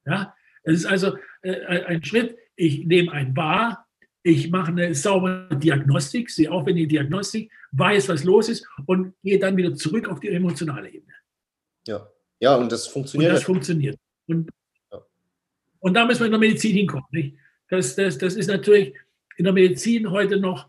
Ja? Es ist also ein Schritt, ich nehme ein wahr, ich mache eine saubere Diagnostik, sehe auch, wenn die Diagnostik, weiß, was los ist und gehe dann wieder zurück auf die emotionale Ebene. Ja, ja, und das Und funktioniert. das funktioniert. Und, Ja. und da müssen wir in der Medizin hinkommen. Nicht? Das ist natürlich in der Medizin heute noch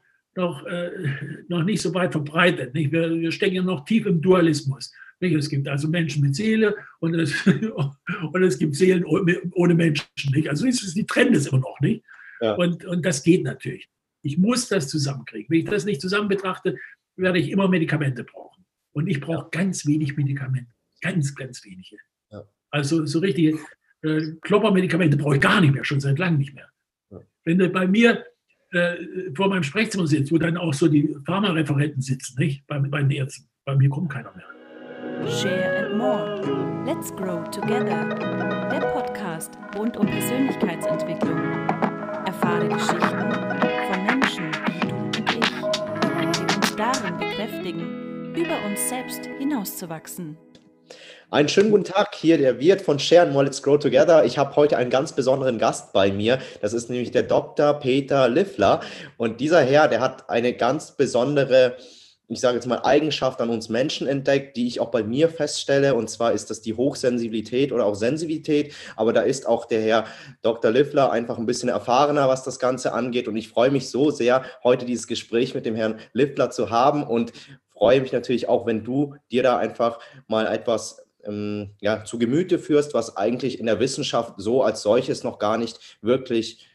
nicht so weit verbreitet. Nicht? Wir stecken ja noch tief im Dualismus. Nicht? Es gibt also Menschen mit Seele und es gibt Seelen ohne Menschen. Nicht? Also die trennen es immer noch nicht. Ja. Und das geht natürlich. Ich muss das zusammenkriegen. Wenn ich das nicht zusammen betrachte, werde ich immer Medikamente brauchen. Und ich brauche ganz wenig Medikamente. Ganz, ganz wenige. Ja. Also so richtige Kloppermedikamente brauche ich gar nicht mehr, schon seit langem nicht mehr. Ja. Wenn du bei mir vor meinem Sprechzimmer sitzt, wo dann auch so die Pharmareferenten sitzen, nicht? Bei den Ärzten. Bei mir kommt keiner mehr. Share and More. Let's Grow Together. Der Podcast rund um Persönlichkeitsentwicklung. Erfahre Geschichten von Menschen wie du und ich, die uns darin bekräftigen, über uns selbst hinauszuwachsen. Einen schönen guten Tag, hier der Wirt von Share and More, Let's Grow Together. Ich habe heute einen ganz besonderen Gast bei mir. Das ist nämlich der Dr. Peter Liffler. Und dieser Herr, der hat eine ganz besondere, ich sage jetzt mal, Eigenschaft an uns Menschen entdeckt, die ich auch bei mir feststelle. Und zwar ist das die Hochsensibilität oder auch Sensibilität. Aber da ist auch der Herr Dr. Liffler einfach ein bisschen erfahrener, was das Ganze angeht. Und ich freue mich so sehr, heute dieses Gespräch mit dem Herrn Liffler zu haben. Und freue mich natürlich auch, wenn du dir da einfach mal etwas zu Gemüte führst, was eigentlich in der Wissenschaft so als solches noch gar nicht wirklich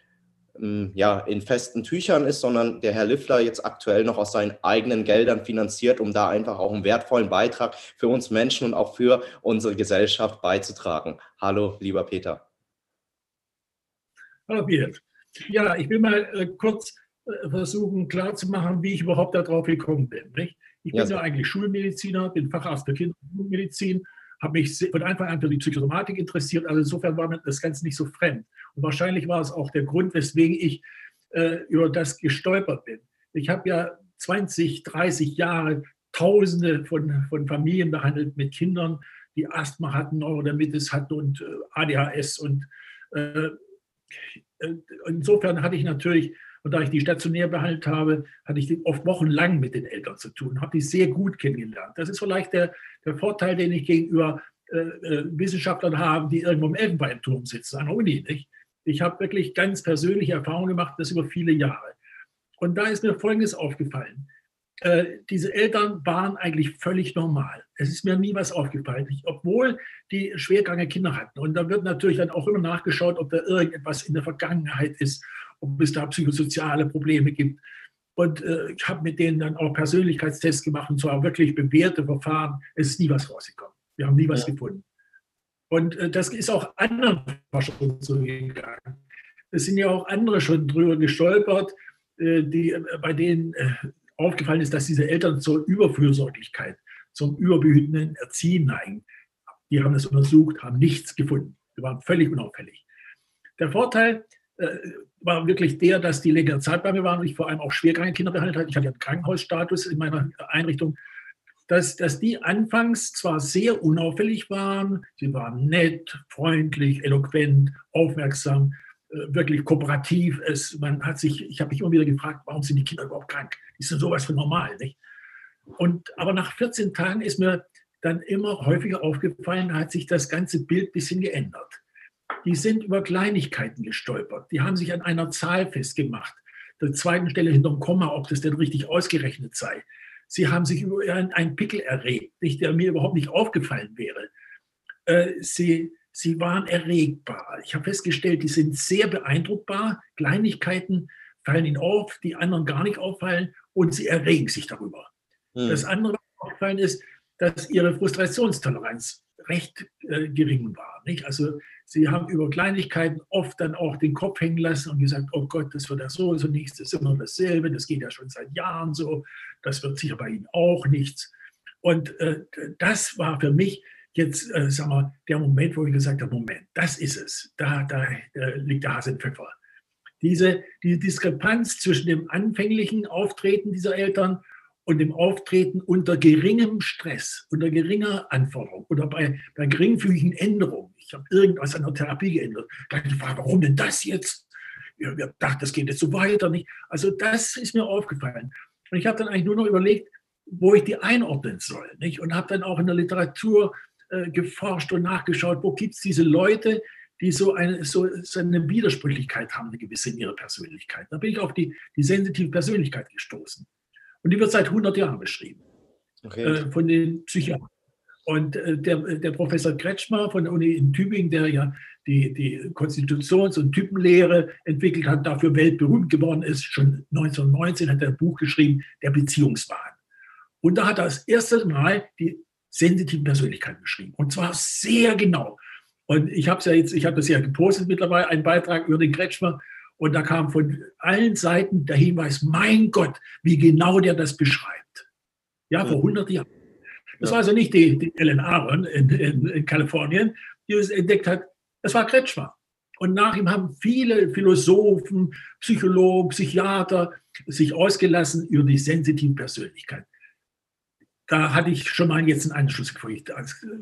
in festen Tüchern ist, sondern der Herr Liffler jetzt aktuell noch aus seinen eigenen Geldern finanziert, um da einfach auch einen wertvollen Beitrag für uns Menschen und auch für unsere Gesellschaft beizutragen. Hallo, lieber Peter. Hallo, Piet. Ja, ich will mal kurz versuchen klarzumachen, wie ich überhaupt darauf gekommen bin. Nicht? Ich bin ja eigentlich Schulmediziner, bin Facharzt für Kinder- und Jugendmedizin, habe mich von Anfang an für die Psychosomatik interessiert, also insofern war mir das Ganze nicht so fremd. Und wahrscheinlich war es auch der Grund, weswegen ich über das gestolpert bin. Ich habe ja 20, 30 Jahre Tausende von Familien behandelt mit Kindern, die Asthma hatten, Neurodermitis hatten und ADHS. Und insofern hatte ich natürlich, und da ich die stationär behandelt habe, hatte ich oft wochenlang mit den Eltern zu tun, habe die sehr gut kennengelernt. Das ist vielleicht der Vorteil, den ich gegenüber Wissenschaftlern habe, die irgendwo im Elfenbeinturm sitzen, an der Uni. Nicht? Ich habe wirklich ganz persönliche Erfahrungen gemacht, das über viele Jahre. Und da ist mir Folgendes aufgefallen. Diese Eltern waren eigentlich völlig normal. Es ist mir nie was aufgefallen, obwohl die schwerkranke Kinder hatten. Und da wird natürlich dann auch immer nachgeschaut, ob da irgendetwas in der Vergangenheit ist, ob es da psychosoziale Probleme gibt. Und ich habe mit denen dann auch Persönlichkeitstests gemacht, und zwar wirklich bewährte Verfahren. Es ist nie was rausgekommen. Wir haben nie was gefunden. Und das ist auch anderen Forschern so gegangen. Es sind ja auch andere schon drüber gestolpert, bei denen aufgefallen ist, dass diese Eltern zur Überfürsorglichkeit, zum überbehütenden Erziehen neigen. Die haben das untersucht, haben nichts gefunden. Die waren völlig unauffällig. Der Vorteil war wirklich der, dass die längere Zeit bei mir waren und ich vor allem auch schwerkranke Kinder behandelt habe. Ich hatte einen Krankenhausstatus in meiner Einrichtung, dass die anfangs zwar sehr unauffällig waren, sie waren nett, freundlich, eloquent, aufmerksam, wirklich kooperativ. Ich habe mich immer wieder gefragt, warum sind die Kinder überhaupt krank? Die sind sowas von normal, nicht? Aber nach 14 Tagen ist mir dann immer häufiger aufgefallen, hat sich das ganze Bild ein bisschen geändert. Die sind über Kleinigkeiten gestolpert. Die haben sich an einer Zahl festgemacht. Der zweiten Stelle hinterm Komma, ob das denn richtig ausgerechnet sei. Sie haben sich über einen Pickel erregt, der mir überhaupt nicht aufgefallen wäre. Sie waren erregbar. Ich habe festgestellt, die sind sehr beeindruckbar. Kleinigkeiten fallen ihnen auf, die anderen gar nicht auffallen und sie erregen sich darüber. Das andere, was aufgefallen ist, dass ihre Frustrationstoleranz recht gering war. Nicht? Also sie haben über Kleinigkeiten oft dann auch den Kopf hängen lassen und gesagt, oh Gott, das wird ja so nichts, das ist immer dasselbe, das geht ja schon seit Jahren so, das wird sicher bei Ihnen auch nichts. Und das war für mich jetzt, der Moment, wo ich gesagt habe, Moment, das ist es, da liegt der Hase im Pfeffer. Diese Diskrepanz zwischen dem anfänglichen Auftreten dieser Eltern und dem Auftreten unter geringem Stress, unter geringer Anforderung oder bei geringfügigen Änderungen. Ich habe irgendwas an der Therapie geändert. Da habe ich gefragt, warum denn das jetzt? Ich habe gedacht, das geht jetzt so weiter nicht. Also das ist mir aufgefallen. Und ich habe dann eigentlich nur noch überlegt, wo ich die einordnen soll. Nicht? Und habe dann auch in der Literatur geforscht und nachgeschaut, wo gibt es diese Leute, die so eine Widersprüchlichkeit haben, eine gewisse in ihrer Persönlichkeit. Da bin ich auf die sensitive Persönlichkeit gestoßen. Und die wird seit 100 Jahren beschrieben, von den Psychiatern. Und der Professor Kretschmer von der Uni in Tübingen, der ja die Konstitutions- und Typenlehre entwickelt hat, dafür weltberühmt geworden ist, schon 1919 hat er ein Buch geschrieben, der Beziehungswahn. Und da hat er das erste Mal die sensitiven Persönlichkeiten beschrieben. Und zwar sehr genau. Und ich habe das ja gepostet mittlerweile, einen Beitrag über den Kretschmer. Und da kam von allen Seiten der Hinweis, mein Gott, wie genau der das beschreibt. Ja, vor 100 Jahren. Das war also nicht die Ellen Aron in Kalifornien, die das entdeckt hat. Das war Kretschmer. Und nach ihm haben viele Philosophen, Psychologen, Psychiater sich ausgelassen über die sensitive Persönlichkeit. Da hatte ich schon mal jetzt einen Anschluss gefolgt.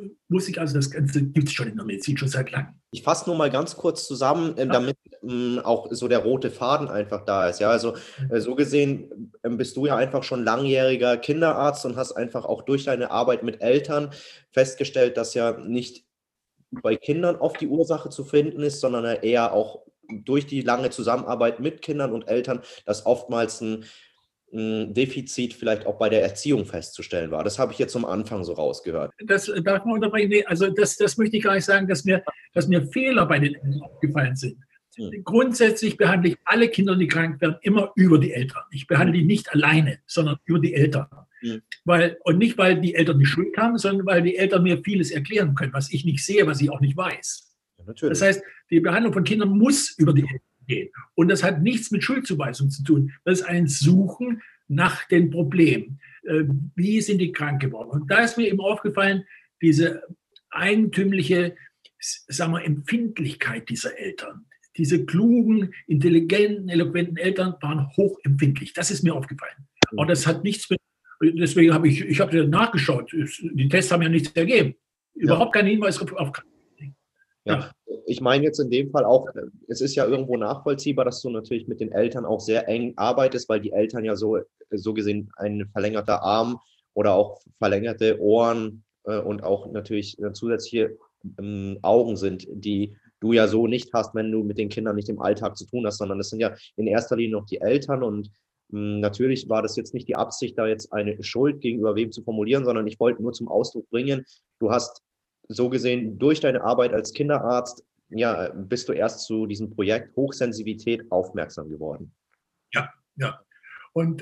Das Ganze gibt es schon in der Medizin schon seit langem. Ich fasse nur mal ganz kurz zusammen, damit auch so der rote Faden einfach da ist. Ja, also so gesehen bist du ja einfach schon langjähriger Kinderarzt und hast einfach auch durch deine Arbeit mit Eltern festgestellt, dass ja nicht bei Kindern oft die Ursache zu finden ist, sondern eher auch durch die lange Zusammenarbeit mit Kindern und Eltern, dass oftmals ein Defizit vielleicht auch bei der Erziehung festzustellen war. Das habe ich jetzt am Anfang so rausgehört. Das darf man unterbrechen. Nee, also das möchte ich gar nicht sagen, dass mir Fehler bei den Eltern aufgefallen sind. Grundsätzlich behandle ich alle Kinder, die krank werden, immer über die Eltern. Ich behandle die nicht alleine, sondern über die Eltern. Und nicht, weil die Eltern die Schuld haben, sondern weil die Eltern mir vieles erklären können, was ich nicht sehe, was ich auch nicht weiß. Ja, das heißt, die Behandlung von Kindern muss über die Eltern gehen. Und das hat nichts mit Schuldzuweisung zu tun. Das ist ein Suchen nach den Problemen. Wie sind die krank geworden? Und da ist mir eben aufgefallen, diese eigentümliche, sagen wir, Empfindlichkeit dieser Eltern. Diese klugen, intelligenten, eloquenten Eltern waren hochempfindlich. Das ist mir aufgefallen. Und das hat nichts mit, deswegen habe ich nachgeschaut. Die Tests haben ja nichts ergeben. Überhaupt keinen Hinweis auf Krankheit. Ja, ich meine jetzt in dem Fall auch, es ist ja irgendwo nachvollziehbar, dass du natürlich mit den Eltern auch sehr eng arbeitest, weil die Eltern ja so gesehen ein verlängerter Arm oder auch verlängerte Ohren und auch natürlich zusätzliche Augen sind, die du ja so nicht hast, wenn du mit den Kindern nicht im Alltag zu tun hast, sondern das sind ja in erster Linie noch die Eltern und natürlich war das jetzt nicht die Absicht, da jetzt eine Schuld gegenüber wem zu formulieren, sondern ich wollte nur zum Ausdruck bringen, du hast so gesehen, durch deine Arbeit als Kinderarzt, ja, bist du erst zu diesem Projekt Hochsensibilität aufmerksam geworden. Ja. Und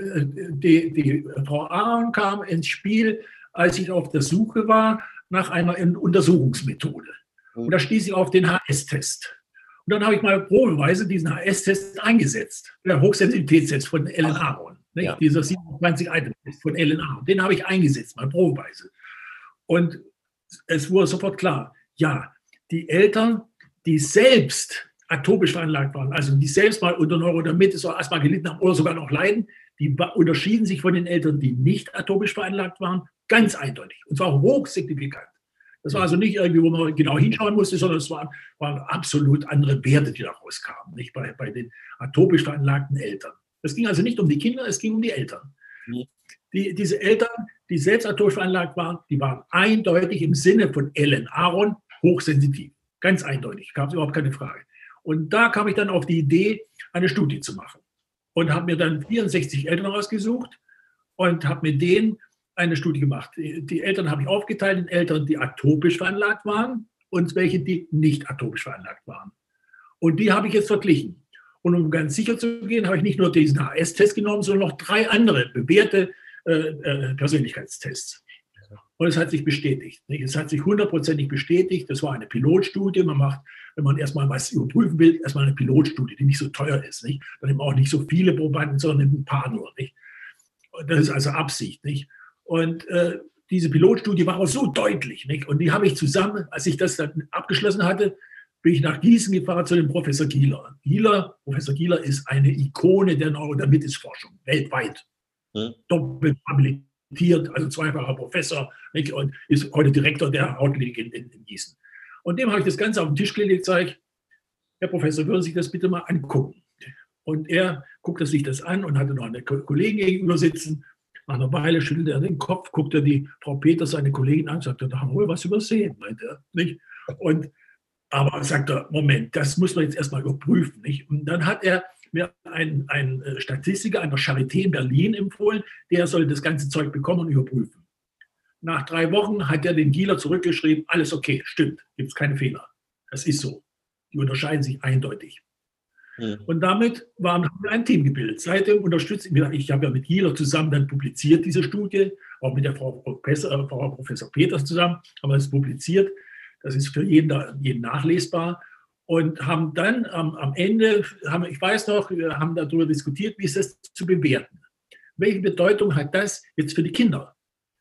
die Frau Aron kam ins Spiel, als ich auf der Suche war nach einer Untersuchungsmethode. Und da stieß ich auf den HS-Test. Und dann habe ich mal probeweise diesen HS-Test eingesetzt. Der Hochsensibilitätstest von Ellen Aron. Ja. Dieser 27-Item-Test von Ellen Aron. Den habe ich eingesetzt, mal probeweise. Und es wurde sofort klar, ja, die Eltern, die selbst atopisch veranlagt waren, also die selbst mal unter Neurodermitis oder Asthma gelitten haben oder sogar noch leiden, die unterschieden sich von den Eltern, die nicht atopisch veranlagt waren, ganz eindeutig. Und zwar hochsignifikant. Das war also nicht irgendwie, wo man genau hinschauen musste, sondern es waren absolut andere Werte, die da rauskamen, nicht bei den atopisch veranlagten Eltern. Es ging also nicht um die Kinder, es ging um die Eltern. Diese Eltern, die selbst atopisch veranlagt waren, die waren eindeutig im Sinne von Ellen Aron hochsensitiv. Ganz eindeutig, gab es überhaupt keine Frage. Und da kam ich dann auf die Idee, eine Studie zu machen. Und habe mir dann 64 Eltern rausgesucht und habe mit denen eine Studie gemacht. Die Eltern habe ich aufgeteilt in Eltern, die atopisch veranlagt waren und welche, die nicht atopisch veranlagt waren. Und die habe ich jetzt verglichen. Und um ganz sicher zu gehen, habe ich nicht nur diesen HS-Test genommen, sondern noch 3 andere bewährte Persönlichkeitstests. Und es hat sich bestätigt. Es hat sich 100%ig bestätigt. Das war eine Pilotstudie. Man macht, wenn man erstmal was überprüfen will, erstmal eine Pilotstudie, die nicht so teuer ist. Nicht? Dann eben auch nicht so viele Probanden, sondern ein paar nur. Nicht? Das ist also Absicht. Nicht? Und diese Pilotstudie war auch so deutlich. Nicht? Und die habe ich zusammen, als ich das dann abgeschlossen hatte, bin ich nach Gießen gefahren zu dem Professor Gieler. Professor Gieler ist eine Ikone der Neurodermitis-Forschung weltweit. doppelt habilitiert, also zweifacher Professor, nicht? Und ist heute Direktor der Hautklinik in Gießen. Und dem habe ich das Ganze auf den Tisch gelegt, sage ich, Herr Professor, würden Sie sich das bitte mal angucken? Und er guckte sich das an und hatte noch eine Kollegin gegenüber sitzen. Nach einer Weile schüttelte er den Kopf, guckte die Frau Peters, seine Kollegin an, sagte, da haben wir wohl was übersehen, meinte er. Nicht? Aber sagt er, Moment, das muss man jetzt erstmal überprüfen. Nicht? Und dann hat er mir einen Statistiker an der Charité in Berlin empfohlen, der soll das ganze Zeug bekommen und überprüfen. Nach 3 Wochen hat er den Gieler zurückgeschrieben, alles okay, stimmt, gibt es keine Fehler. Das ist so. Die unterscheiden sich eindeutig. Und damit haben wir ein Team gebildet. Seitdem unterstütze ich habe ja mit Gieler zusammen dann publiziert diese Studie, auch mit der Frau Professor Peters zusammen haben wir das publiziert. Das ist für jeden nachlesbar. Und haben dann am Ende, ich weiß noch, wir haben darüber diskutiert, wie ist das zu bewerten. Welche Bedeutung hat das jetzt für die Kinder?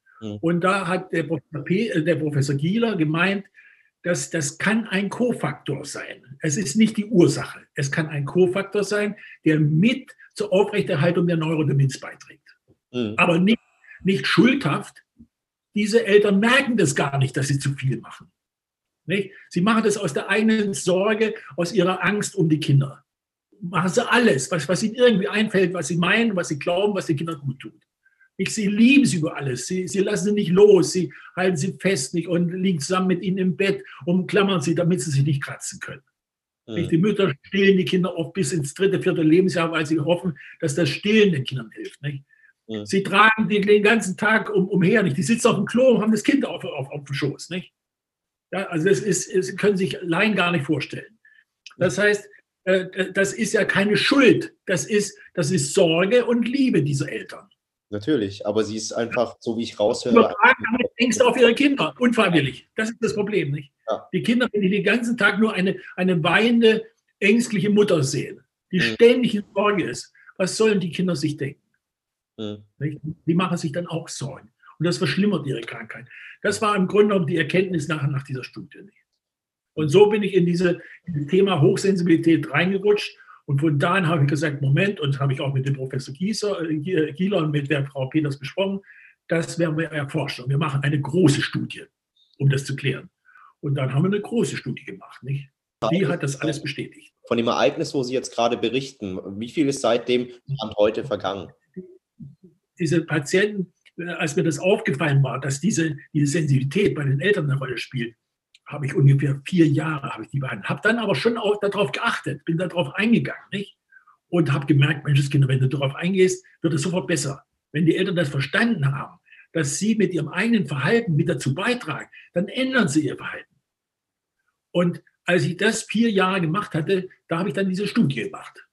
Und da hat der Professor Gieler gemeint, dass das kann ein Kofaktor sein. Es ist nicht die Ursache. Es kann ein Kofaktor sein, der mit zur Aufrechterhaltung der Neurodemenz beiträgt. Aber nicht schuldhaft. Diese Eltern merken das gar nicht, dass sie zu viel machen. Nicht? Sie machen das aus der eigenen Sorge, aus ihrer Angst um die Kinder. Machen sie alles, was ihnen irgendwie einfällt, was sie meinen, was sie glauben, was den Kindern gut tut. Sie lieben sie über alles. Sie lassen sie nicht los. Sie halten sie fest nicht und liegen zusammen mit ihnen im Bett, umklammern sie, damit sie sich nicht kratzen können. Die Mütter stillen die Kinder oft bis ins 3., 4. Lebensjahr, weil sie hoffen, dass das Stillen den Kindern hilft. Nicht? Sie tragen die den ganzen Tag umher. Nicht? Die sitzen auf dem Klo und haben das Kind auf dem Schoß. Nicht? Ja, also das können sich Laien gar nicht vorstellen. Das heißt, das ist ja keine Schuld. Das ist Sorge und Liebe dieser Eltern. Natürlich, aber sie ist einfach, so wie ich raushöre. Übertragen damit Ängste auf ihre Kinder, unfreiwillig. Das ist das Problem, nicht? Ja. Die Kinder, wenn die den ganzen Tag nur eine weinende, ängstliche Mutter sehen, die ständig in Sorge ist, was sollen die Kinder sich denken? Nicht? Die machen sich dann auch Sorgen. Und das verschlimmert ihre Krankheit. Das war im Grunde genommen die Erkenntnis nach dieser Studie. Nicht? Und so bin ich in dieses Thema Hochsensibilität reingerutscht. Und von da an habe ich gesagt, Moment, und das habe ich auch mit dem Professor Gieler und mit der Frau Peters besprochen, das werden wir erforschen. Und wir machen eine große Studie, um das zu klären. Und dann haben wir eine große Studie gemacht. Nicht? Die hat das alles bestätigt. Von dem Ereignis, wo Sie jetzt gerade berichten, wie viel ist seitdem Stand heute vergangen? Diese Patienten, als mir das aufgefallen war, dass diese Sensibilität bei den Eltern eine Rolle spielt, habe ich ungefähr 4 Jahre die behandelt. Habe dann aber schon auch darauf geachtet, bin darauf eingegangen, nicht? Und habe gemerkt, Menschenskinder, wenn du darauf eingehst, wird es sofort besser. Wenn die Eltern das verstanden haben, dass sie mit ihrem eigenen Verhalten mit dazu beitragen, dann ändern sie ihr Verhalten. Und als ich das 4 Jahre gemacht hatte, da habe ich dann diese Studie gemacht.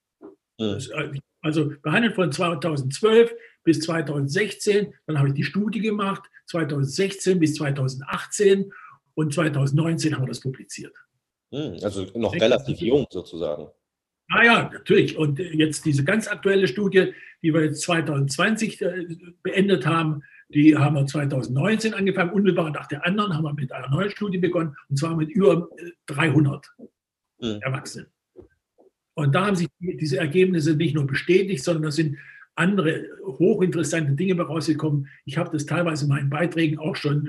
Also behandelt von 2012 bis 2016, dann habe ich die Studie gemacht, 2016 bis 2018. Und 2019 haben wir das publiziert. Also noch relativ jung sozusagen. Ja, natürlich. Und jetzt diese ganz aktuelle Studie, die wir jetzt 2020 beendet haben, die haben wir 2019 angefangen. Unmittelbar nach der anderen haben wir mit einer neuen Studie begonnen, und zwar mit über 300 Erwachsenen. Und da haben sich diese Ergebnisse nicht nur bestätigt, sondern da sind andere hochinteressante Dinge rausgekommen. Ich habe das teilweise in meinen Beiträgen auch schon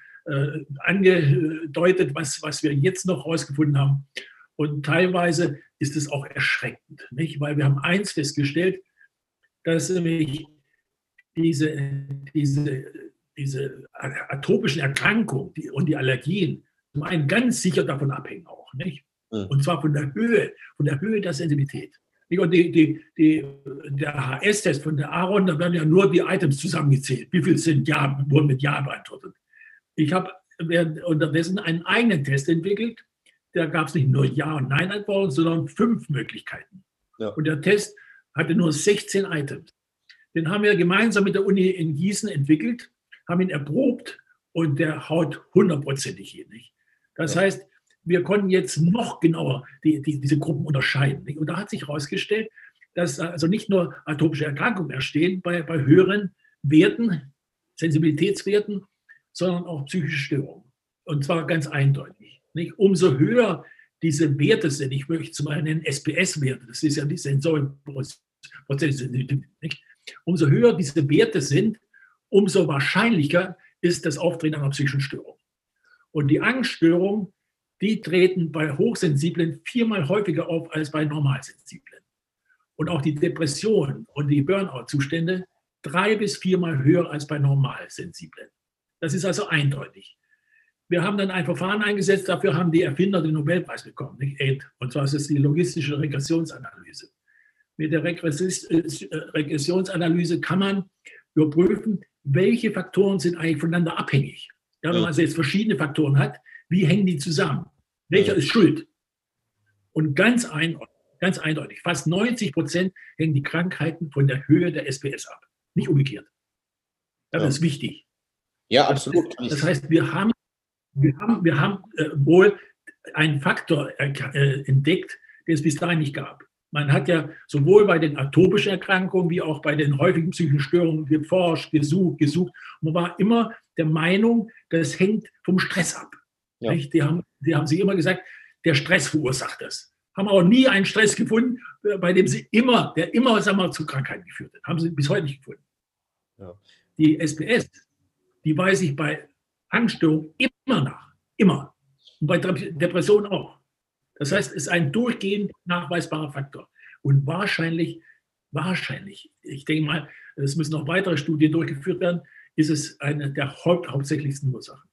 angedeutet, was wir jetzt noch herausgefunden haben. Und teilweise ist es auch erschreckend, nicht? Weil wir haben eins festgestellt, dass nämlich diese atopischen Erkrankungen und die Allergien zum einen ganz sicher davon abhängen auch, nicht? Und zwar von der Höhe der Sensibilität. Und der HS-Test von der Aaron, da werden ja nur die Items zusammengezählt. Wie viel wurden mit Ja beantwortet? Ich habe unterdessen einen eigenen Test entwickelt. Da gab es nicht nur Ja- und Nein-Antworten, sondern 5 Möglichkeiten. Ja. Und der Test hatte nur 16 Items. Den haben wir gemeinsam mit der Uni in Gießen entwickelt, haben ihn erprobt und der haut 100%ig hin. Nicht? Das heißt, wir konnten jetzt noch genauer diese Gruppen unterscheiden. Nicht? Und da hat sich herausgestellt, dass also nicht nur atopische Erkrankungen entstehen bei höheren Werten, Sensibilitätswerten, sondern auch psychische Störungen. Und zwar ganz eindeutig. Nicht? Umso höher diese Werte sind, ich möchte zum einen nennen SPS-Werte, das ist ja die Sensorenprozesse, umso höher diese Werte sind, umso wahrscheinlicher ist das Auftreten einer psychischen Störung. Und die Angststörungen, die treten bei Hochsensiblen 4-mal häufiger auf als bei Normalsensiblen. Und auch die Depressionen und die Burnout-Zustände 3- bis 4-mal höher als bei Normalsensiblen. Das ist also eindeutig. Wir haben dann ein Verfahren eingesetzt, dafür haben die Erfinder den Nobelpreis bekommen, nicht AID. Und zwar ist es die logistische Regressionsanalyse. Mit der Regressionsanalyse kann man überprüfen, welche Faktoren sind eigentlich voneinander abhängig. Ja, wenn man also jetzt verschiedene Faktoren hat, wie hängen die zusammen? Welcher ist schuld? Und ganz eindeutig, fast 90% hängen die Krankheiten von der Höhe der SPS ab. Nicht umgekehrt. Das ist wichtig. Ja, absolut. Das heißt, wir haben wohl einen Faktor entdeckt, den es bis dahin nicht gab. Man hat ja sowohl bei den atopischen Erkrankungen wie auch bei den häufigen psychischen Störungen geforscht, gesucht. Und man war immer der Meinung, das hängt vom Stress ab. Ja. Die haben sich immer gesagt, der Stress verursacht das. Haben aber nie einen Stress gefunden, bei dem der immer sagen wir, zu Krankheiten geführt hat. Haben sie bis heute nicht gefunden. Ja. Die SPS, die weise ich bei Angststörungen immer nach. Immer. Und bei Depressionen auch. Das heißt, es ist ein durchgehend nachweisbarer Faktor. Und wahrscheinlich, ich denke mal, es müssen noch weitere Studien durchgeführt werden, ist es eine der hauptsächlichsten Ursachen.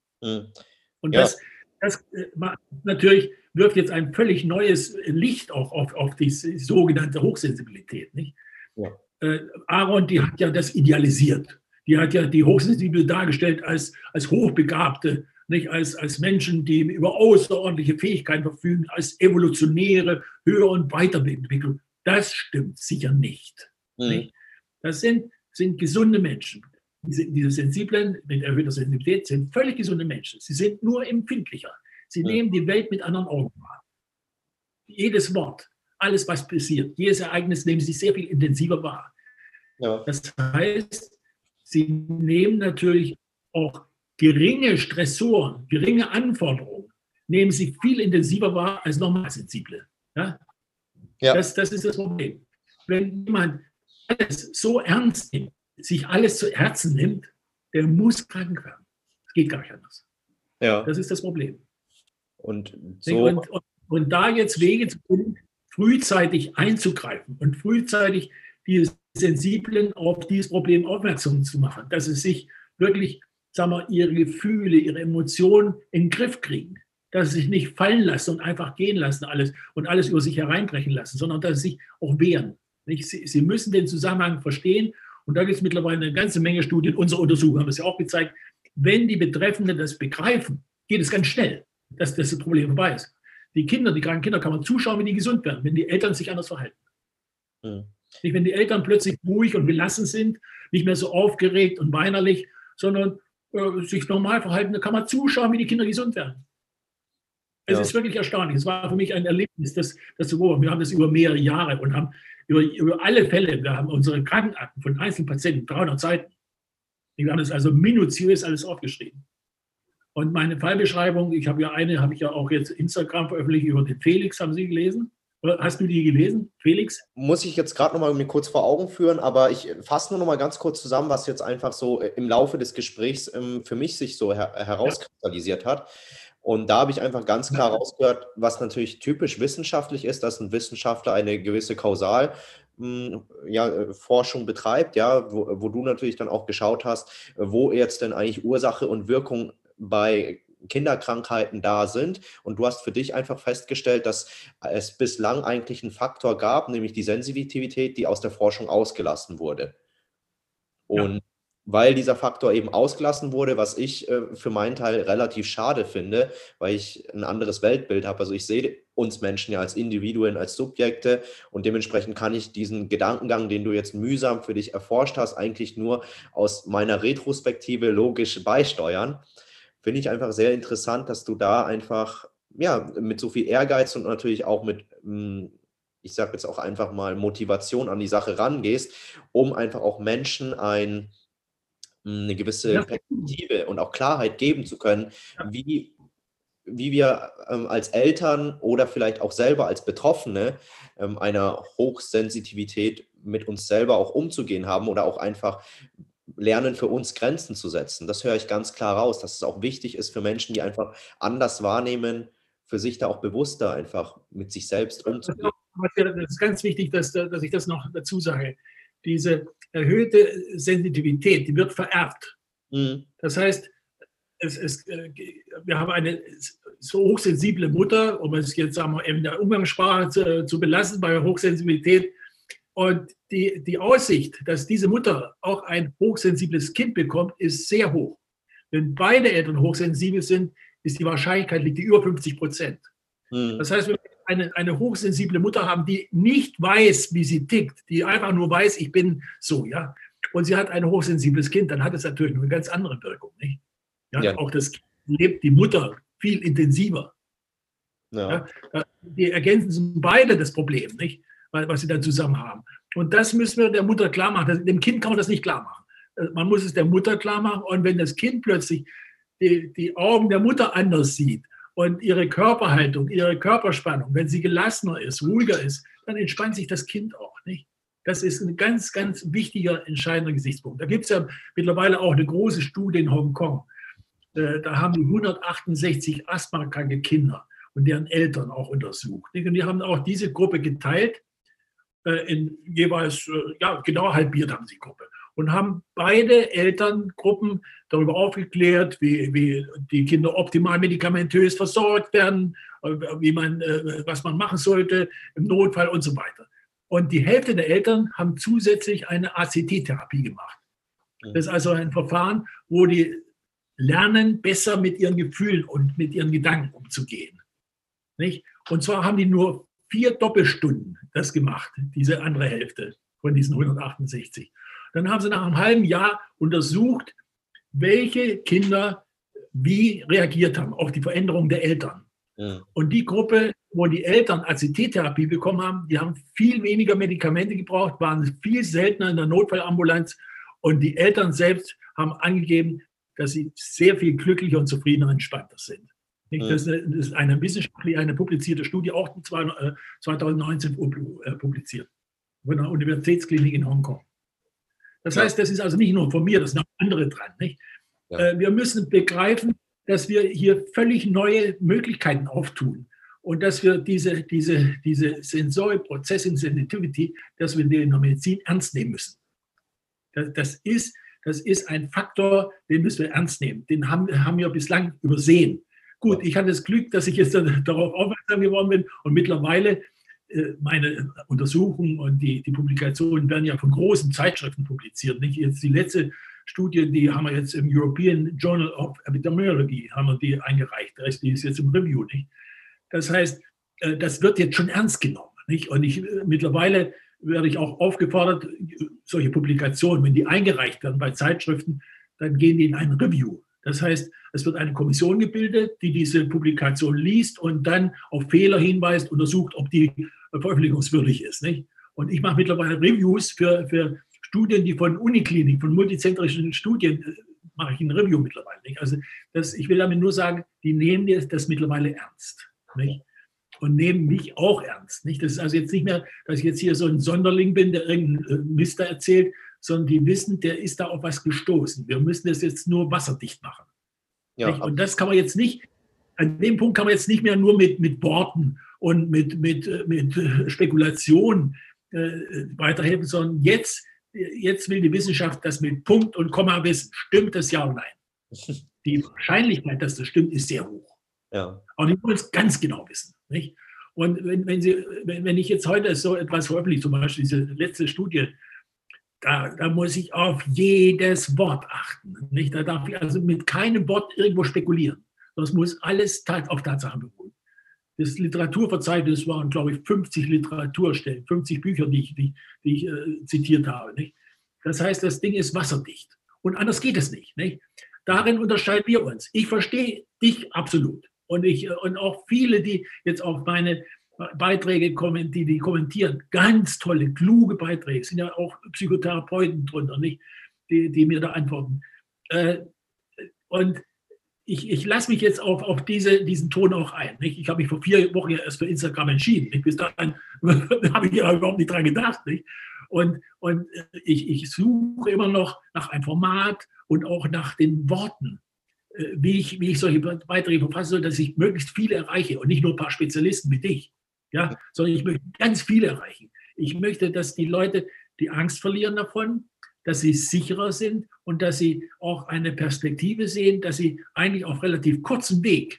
Und das natürlich wirft jetzt ein völlig neues Licht auch auf die sogenannte Hochsensibilität. Nicht? Ja. Aaron, die hat ja das idealisiert. Die hat ja die Hochsensible dargestellt als Hochbegabte, nicht als Menschen, die über außerordentliche Fähigkeiten verfügen, als evolutionäre Höher- und Weiterentwicklung. Das stimmt sicher nicht. Nicht? Das sind gesunde Menschen. Diese Sensiblen mit erhöhter Sensibilität sind völlig gesunde Menschen. Sie sind nur empfindlicher. Sie nehmen die Welt mit anderen Augen wahr. Jedes Wort, alles, was passiert, jedes Ereignis nehmen sie sehr viel intensiver wahr. Ja. Das heißt, sie nehmen natürlich auch geringe Stressoren, geringe Anforderungen, nehmen sie viel intensiver wahr als Normalsensible. Ja? Ja. Das ist das Problem. Wenn jemand alles so ernst nimmt, sich alles zu Herzen nimmt, der muss krank werden. Das geht gar nicht anders. Ja. Das ist das Problem. Und da jetzt Wege zu finden, frühzeitig einzugreifen und frühzeitig die Sensiblen auf dieses Problem aufmerksam zu machen, dass sie sich wirklich, sagen wir, ihre Gefühle, ihre Emotionen in den Griff kriegen, dass sie sich nicht fallen lassen und einfach gehen lassen alles über sich hereinbrechen lassen, sondern dass sie sich auch wehren. Sie müssen den Zusammenhang verstehen und da gibt es mittlerweile eine ganze Menge Studien, unsere Untersuchungen haben es ja auch gezeigt, wenn die Betreffenden das begreifen, geht es ganz schnell, dass das Problem vorbei ist. Die kranken Kinder kann man zuschauen, wenn die gesund werden, wenn die Eltern sich anders verhalten. Nicht, wenn die Eltern plötzlich ruhig und gelassen sind, nicht mehr so aufgeregt und weinerlich, sondern sich normal verhalten, da kann man zuschauen, wie die Kinder gesund werden. Es ist wirklich erstaunlich. Es war für mich ein Erlebnis, das zu beobachten. Wir haben das über mehrere Jahre und haben über alle Fälle, wir haben unsere Krankenakten von einzelnen Patienten, 300 Seiten. Wir haben das also minutiös alles aufgeschrieben. Und meine Fallbeschreibung, habe ich auch jetzt Instagram veröffentlicht über den Felix, haben Sie gelesen? Oder hast du die gelesen, Felix? Muss ich jetzt gerade nochmal mir kurz vor Augen führen, aber ich fasse nur noch mal ganz kurz zusammen, was jetzt einfach so im Laufe des Gesprächs für mich sich so herauskristallisiert hat. Und da habe ich einfach ganz klar rausgehört, was natürlich typisch wissenschaftlich ist, dass ein Wissenschaftler eine gewisse Forschung betreibt, wo du natürlich dann auch geschaut hast, wo jetzt denn eigentlich Ursache und Wirkung bei Kinderkrankheiten da sind. Und du hast für dich einfach festgestellt, dass es bislang eigentlich einen Faktor gab, nämlich die Sensitivität, die aus der Forschung ausgelassen wurde. Und weil dieser Faktor eben ausgelassen wurde, was ich für meinen Teil relativ schade finde, weil ich ein anderes Weltbild habe. Also ich sehe uns Menschen ja als Individuen, als Subjekte und dementsprechend kann ich diesen Gedankengang, den du jetzt mühsam für dich erforscht hast, eigentlich nur aus meiner Retrospektive logisch beisteuern. Finde ich einfach sehr interessant, dass du da einfach mit so viel Ehrgeiz und natürlich auch mit, ich sage jetzt auch einfach mal, Motivation an die Sache rangehst, um einfach auch Menschen eine gewisse Perspektive und auch Klarheit geben zu können, wie wir als Eltern oder vielleicht auch selber als Betroffene einer Hochsensitivität mit uns selber auch umzugehen haben oder auch einfach lernen, für uns Grenzen zu setzen. Das höre ich ganz klar raus, dass es auch wichtig ist für Menschen, die einfach anders wahrnehmen, für sich da auch bewusster einfach mit sich selbst umzugehen. Das ist ganz wichtig, dass ich das noch dazu sage. Diese erhöhte Sensitivität, die wird vererbt. Mhm. Das heißt, wir haben eine so hochsensible Mutter, um es jetzt sagen wir, in der Umgangssprache zu belassen, bei Hochsensibilität. Und die Aussicht, dass diese Mutter auch ein hochsensibles Kind bekommt, ist sehr hoch. Wenn beide Eltern hochsensibel sind, ist die Wahrscheinlichkeit liegt über 50%. Mhm. Das heißt, wenn wir eine hochsensible Mutter haben, die nicht weiß, wie sie tickt, die einfach nur weiß, ich bin so, ja, und sie hat ein hochsensibles Kind, dann hat es natürlich eine ganz andere Wirkung, nicht? Ja. Auch das Kind lebt die Mutter viel intensiver. Ja. Ja. Die ergänzen beide das Problem, nicht? Was sie dann zusammen haben. Und das müssen wir der Mutter klar machen. Dem Kind kann man das nicht klar machen. Man muss es der Mutter klar machen. Und wenn das Kind plötzlich die Augen der Mutter anders sieht und ihre Körperhaltung, ihre Körperspannung, wenn sie gelassener ist, ruhiger ist, dann entspannt sich das Kind auch, nicht? Das ist ein ganz, ganz wichtiger, entscheidender Gesichtspunkt. Da gibt es ja mittlerweile auch eine große Studie in Hongkong. Da haben die 168 asthmakranke Kinder und deren Eltern auch untersucht. Und die haben auch diese Gruppe geteilt, in jeweils, genau halbiert haben sie die Gruppe. Und haben beide Elterngruppen darüber aufgeklärt, wie die Kinder optimal medikamentös versorgt werden, was man machen sollte im Notfall und so weiter. Und die Hälfte der Eltern haben zusätzlich eine ACT-Therapie gemacht. Das ist also ein Verfahren, wo die lernen, besser mit ihren Gefühlen und mit ihren Gedanken umzugehen. Nicht? Und zwar haben die nur 4 Doppelstunden das gemacht, diese andere Hälfte von diesen 168. Dann haben sie nach einem halben Jahr untersucht, welche Kinder wie reagiert haben auf die Veränderung der Eltern. Ja. Und die Gruppe, wo die Eltern ACT-Therapie bekommen haben, die haben viel weniger Medikamente gebraucht, waren viel seltener in der Notfallambulanz und die Eltern selbst haben angegeben, dass sie sehr viel glücklicher und zufriedener und entspannter sind. Ja. Das ist eine wissenschaftliche, eine publizierte Studie, auch 2019 publiziert, von der Universitätsklinik in Hongkong. Das heißt, das ist also nicht nur von mir, das sind auch andere dran. Nicht? Ja. Wir müssen begreifen, dass wir hier völlig neue Möglichkeiten auftun und dass wir diese Sensory Processing Sensitivity, dass wir die in der Medizin ernst nehmen müssen. Das ist ein Faktor, den müssen wir ernst nehmen. Den haben wir bislang übersehen. Gut, ich hatte das Glück, dass ich jetzt darauf aufmerksam geworden bin und mittlerweile meine Untersuchungen und die Publikationen werden ja von großen Zeitschriften publiziert. Nicht? Jetzt die letzte Studie, die haben wir jetzt im European Journal of Epidemiology haben wir die eingereicht. Die ist jetzt im Review. Nicht? Das heißt, das wird jetzt schon ernst genommen. Nicht? Und mittlerweile werde ich auch aufgefordert, solche Publikationen, wenn die eingereicht werden bei Zeitschriften, dann gehen die in ein Review. Das heißt, es wird eine Kommission gebildet, die diese Publikation liest und dann auf Fehler hinweist, untersucht, ob die veröffentlichungswürdig ist. Nicht? Und ich mache mittlerweile Reviews für Studien, die von Uniklinik, von multizentrischen Studien, mache ich ein Review mittlerweile. Nicht? Also ich will damit nur sagen, die nehmen das mittlerweile ernst. Nicht? Und nehmen mich auch ernst. Nicht? Das ist also jetzt nicht mehr, dass ich jetzt hier so ein Sonderling bin, der irgendeinen Mist da erzählt, sondern die wissen, der ist da auf was gestoßen. Wir müssen das jetzt nur wasserdicht machen. Ja. Und das kann man jetzt nicht, an dem Punkt kann man jetzt nicht mehr nur mit Worten und mit Spekulation weiterhelfen, sondern jetzt will die Wissenschaft das mit Punkt und Komma wissen. Stimmt das ja oder nein? Die Wahrscheinlichkeit, dass das stimmt, ist sehr hoch. Ja. Aber die wollen es ganz genau wissen. Nicht? Und wenn ich jetzt heute so etwas veröffentliche, zum Beispiel diese letzte Studie, da muss ich auf jedes Wort achten. Nicht? Da darf ich also mit keinem Wort irgendwo spekulieren. Das muss alles auf Tatsachen beruhen. Das Literaturverzeichnis waren, glaube ich, 50 Literaturstellen, 50 Bücher, die ich zitiert habe. Nicht? Das heißt, das Ding ist wasserdicht. Und anders geht es nicht. Darin unterscheiden wir uns. Ich verstehe dich absolut. Und auch viele, die jetzt auf meine Beiträge die kommentieren, ganz tolle, kluge Beiträge, es sind ja auch Psychotherapeuten drunter, nicht? Die mir da antworten. Und ich lasse mich jetzt auf diesen Ton auch ein. Nicht? Ich habe mich vor 4 Wochen ja erst für Instagram entschieden. Nicht? Bis dahin habe ich ja überhaupt nicht dran gedacht. Nicht? Und ich suche immer noch nach einem Format und auch nach den Worten, wie ich solche Beiträge verfassen soll, dass ich möglichst viele erreiche und nicht nur ein paar Spezialisten wie dich, ja, sondern ich möchte ganz viele erreichen. Ich möchte, dass die Leute die Angst verlieren davon, dass sie sicherer sind und dass sie auch eine Perspektive sehen, dass sie eigentlich auf relativ kurzem Weg,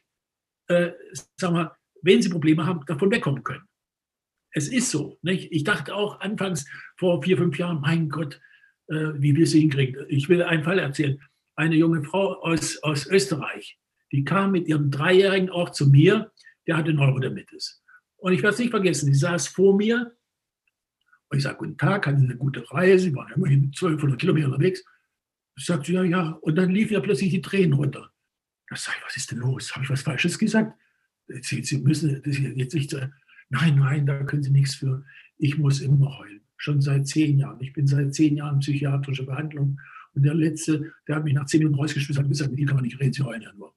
sagen wir, wenn sie Probleme haben, davon wegkommen können. Es ist so. Nicht? Ich dachte auch anfangs vor 4, 5 Jahren, mein Gott, wie wir es hinkriegen. Ich will einen Fall erzählen. Eine junge Frau aus Österreich, die kam mit ihrem 3-Jährigen auch zu mir, der hatte Neurodermitis. Und ich werde es nicht vergessen, sie saß vor mir und ich sage, guten Tag, hatten Sie eine gute Reise, Sie waren immerhin 1200 Kilometer unterwegs. Ich sagte, ja. Und dann liefen ja plötzlich die Tränen runter. Da sage ich, was ist denn los? Habe ich was Falsches gesagt? Sie müssen das jetzt nicht sagen. Nein, da können Sie nichts für. Ich muss immer heulen. Schon seit 10 Jahren. Ich bin seit 10 Jahren in psychiatrischer Behandlung. Und der Letzte, der hat mich nach 10 Minuten rausgeschmissen und gesagt, mit Ihnen kann man nicht reden, Sie heulen ja nur.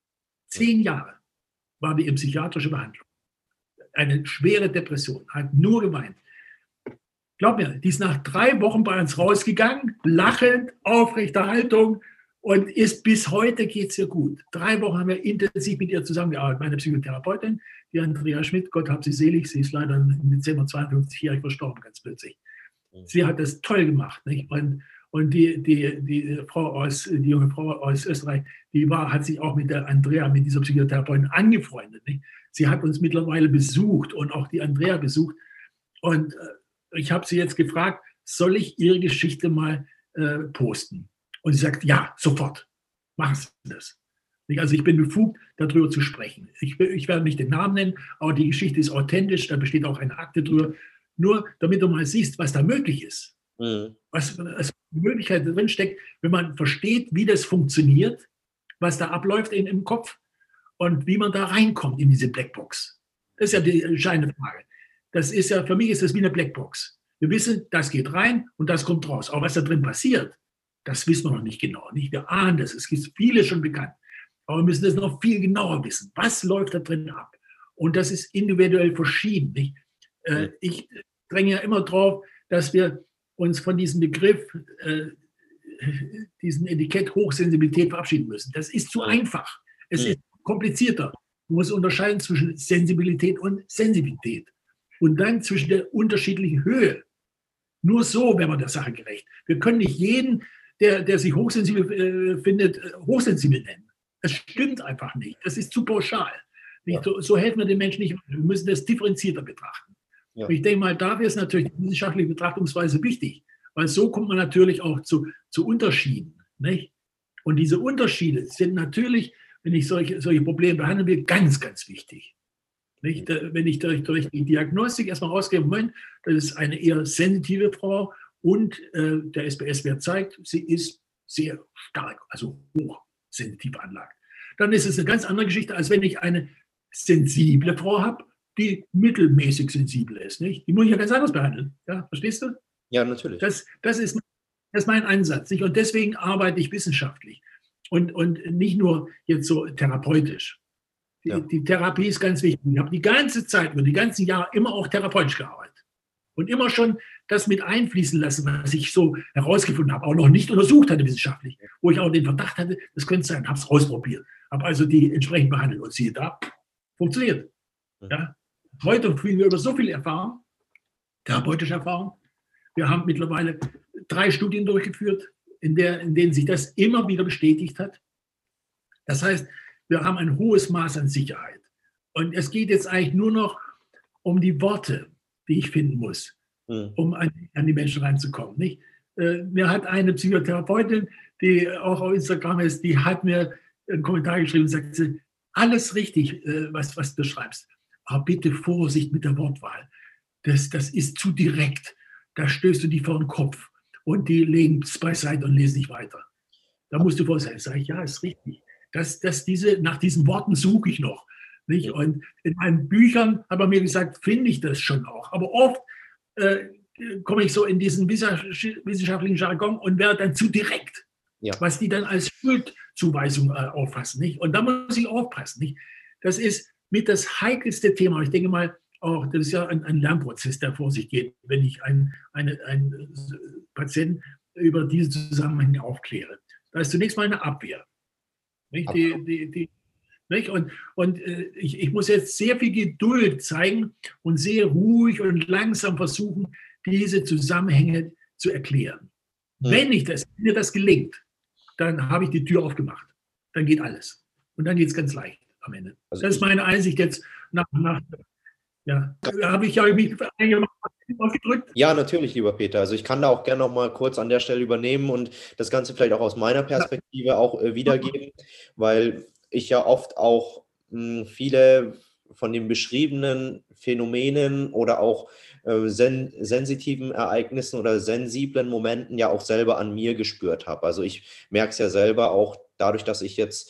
10 Jahre war die in psychiatrischer Behandlung. Eine schwere Depression, hat nur geweint. Glaub mir, die ist nach 3 Wochen bei uns rausgegangen, lachend, aufrechter Haltung und ist bis heute geht es ihr gut. 3 Wochen haben wir intensiv mit ihr zusammengearbeitet. Meine Psychotherapeutin, die Andrea Schmidt, Gott hab sie selig, sie ist leider im Dezember 52-jährig verstorben, ganz plötzlich. Sie hat das toll gemacht. Nicht? Und die junge Frau aus Österreich, hat sich auch mit der Andrea, mit dieser Psychotherapeutin angefreundet. Nicht? Sie hat uns mittlerweile besucht und auch die Andrea besucht. Und ich habe sie jetzt gefragt, soll ich ihre Geschichte mal posten? Und sie sagt, ja, sofort, machen Sie das. Also ich bin befugt, darüber zu sprechen. Ich werde nicht den Namen nennen, aber die Geschichte ist authentisch, da besteht auch eine Akte drüber. Nur damit du mal siehst, was da möglich ist. Was die Möglichkeit drin steckt, wenn man versteht, wie das funktioniert, was da abläuft im Kopf und wie man da reinkommt in diese Blackbox. Das ist ja die entscheidende Frage. Für mich ist das wie eine Blackbox. Wir wissen, das geht rein und das kommt raus. Aber was da drin passiert, das wissen wir noch nicht genau. Wir ahnen das. Es gibt viele schon bekannt. Aber wir müssen das noch viel genauer wissen. Was läuft da drin ab? Und das ist individuell verschieden. Nicht? Ich dränge ja immer drauf, dass wir uns von diesem Begriff, diesem Etikett Hochsensibilität verabschieden müssen. Das ist zu einfach. Es ist komplizierter. Man muss unterscheiden zwischen Sensibilität und Sensibilität. Und dann zwischen der unterschiedlichen Höhe. Nur so wäre man der Sache gerecht. Wir können nicht jeden, der sich hochsensibel findet, hochsensibel nennen. Das stimmt einfach nicht. Das ist zu pauschal. Ja. So helfen wir den Menschen nicht. Wir müssen das differenzierter betrachten. Ja. Und ich denke mal, dafür ist natürlich die wissenschaftliche Betrachtungsweise wichtig. Weil so kommt man natürlich auch zu Unterschieden. Nicht? Und diese Unterschiede sind natürlich, wenn ich solche Probleme behandeln will, ganz, ganz wichtig. Nicht? Wenn ich durch die Diagnostik erstmal rausgebe, Moment, das ist eine eher sensitive Frau und der SPS-Wert zeigt, sie ist sehr stark, also hochsensitiv veranlagt. Dann ist es eine ganz andere Geschichte, als wenn ich eine sensible Frau habe, die mittelmäßig sensibel ist. Nicht? Die muss ich ja ganz anders behandeln. Ja, verstehst du? Ja, natürlich. Das ist mein Ansatz. Nicht? Und deswegen arbeite ich wissenschaftlich und nicht nur jetzt so therapeutisch. Die Therapie ist ganz wichtig. Ich habe die ganze Zeit, über die ganzen Jahre immer auch therapeutisch gearbeitet. Und immer schon das mit einfließen lassen, was ich so herausgefunden habe, auch noch nicht untersucht hatte wissenschaftlich, wo ich auch den Verdacht hatte, das könnte sein, habe es ausprobiert. Habe also die entsprechend behandelt und siehe da, funktioniert. Ja? Heute verfügen wir über so viel Erfahrung, therapeutische Erfahrung. Wir haben mittlerweile 3 Studien durchgeführt, in denen sich das immer wieder bestätigt hat. Das heißt, wir haben ein hohes Maß an Sicherheit. Und es geht jetzt eigentlich nur noch um die Worte, die ich finden muss, um an die Menschen reinzukommen. Nicht? Mir hat eine Psychotherapeutin, die auch auf Instagram ist, die hat mir einen Kommentar geschrieben und sagte, alles richtig, was du schreibst. Aber bitte Vorsicht mit der Wortwahl. Das ist zu direkt. Da stößt du die vor den Kopf und die legen es beiseite und lesen nicht weiter. Da musst du vorsichtig sein. Sag ich, ja, ist richtig. Nach diesen Worten suche ich noch. Nicht? Und in meinen Büchern hat man mir gesagt, finde ich das schon auch. Aber oft komme ich so in diesen wissenschaftlichen Jargon und werde dann zu direkt, was die dann als Schuldzuweisung auffassen. Nicht? Und da muss ich aufpassen. Nicht? Das ist mit das heikelste Thema. Ich denke mal, auch, das ist ja ein Lernprozess, der vor sich geht, wenn ich einen Patienten über diese Zusammenhänge aufkläre. Da ist zunächst mal eine Abwehr. Nicht? Nicht? Und ich muss jetzt sehr viel Geduld zeigen und sehr ruhig und langsam versuchen, diese Zusammenhänge zu erklären. Wenn mir das gelingt, dann habe ich die Tür aufgemacht. Dann geht alles. Und dann geht es ganz leicht am Ende. Also das ist meine Einsicht jetzt ja. Habe ich mich ausgedrückt? Ja, natürlich, lieber Peter. Also ich kann da auch gerne noch mal kurz an der Stelle übernehmen und das Ganze vielleicht auch aus meiner Perspektive auch wiedergeben, weil ich ja oft auch viele von den beschriebenen Phänomenen oder auch sensitiven Ereignissen oder sensiblen Momenten ja auch selber an mir gespürt habe. Also ich merke es ja selber auch dadurch, dass ich jetzt,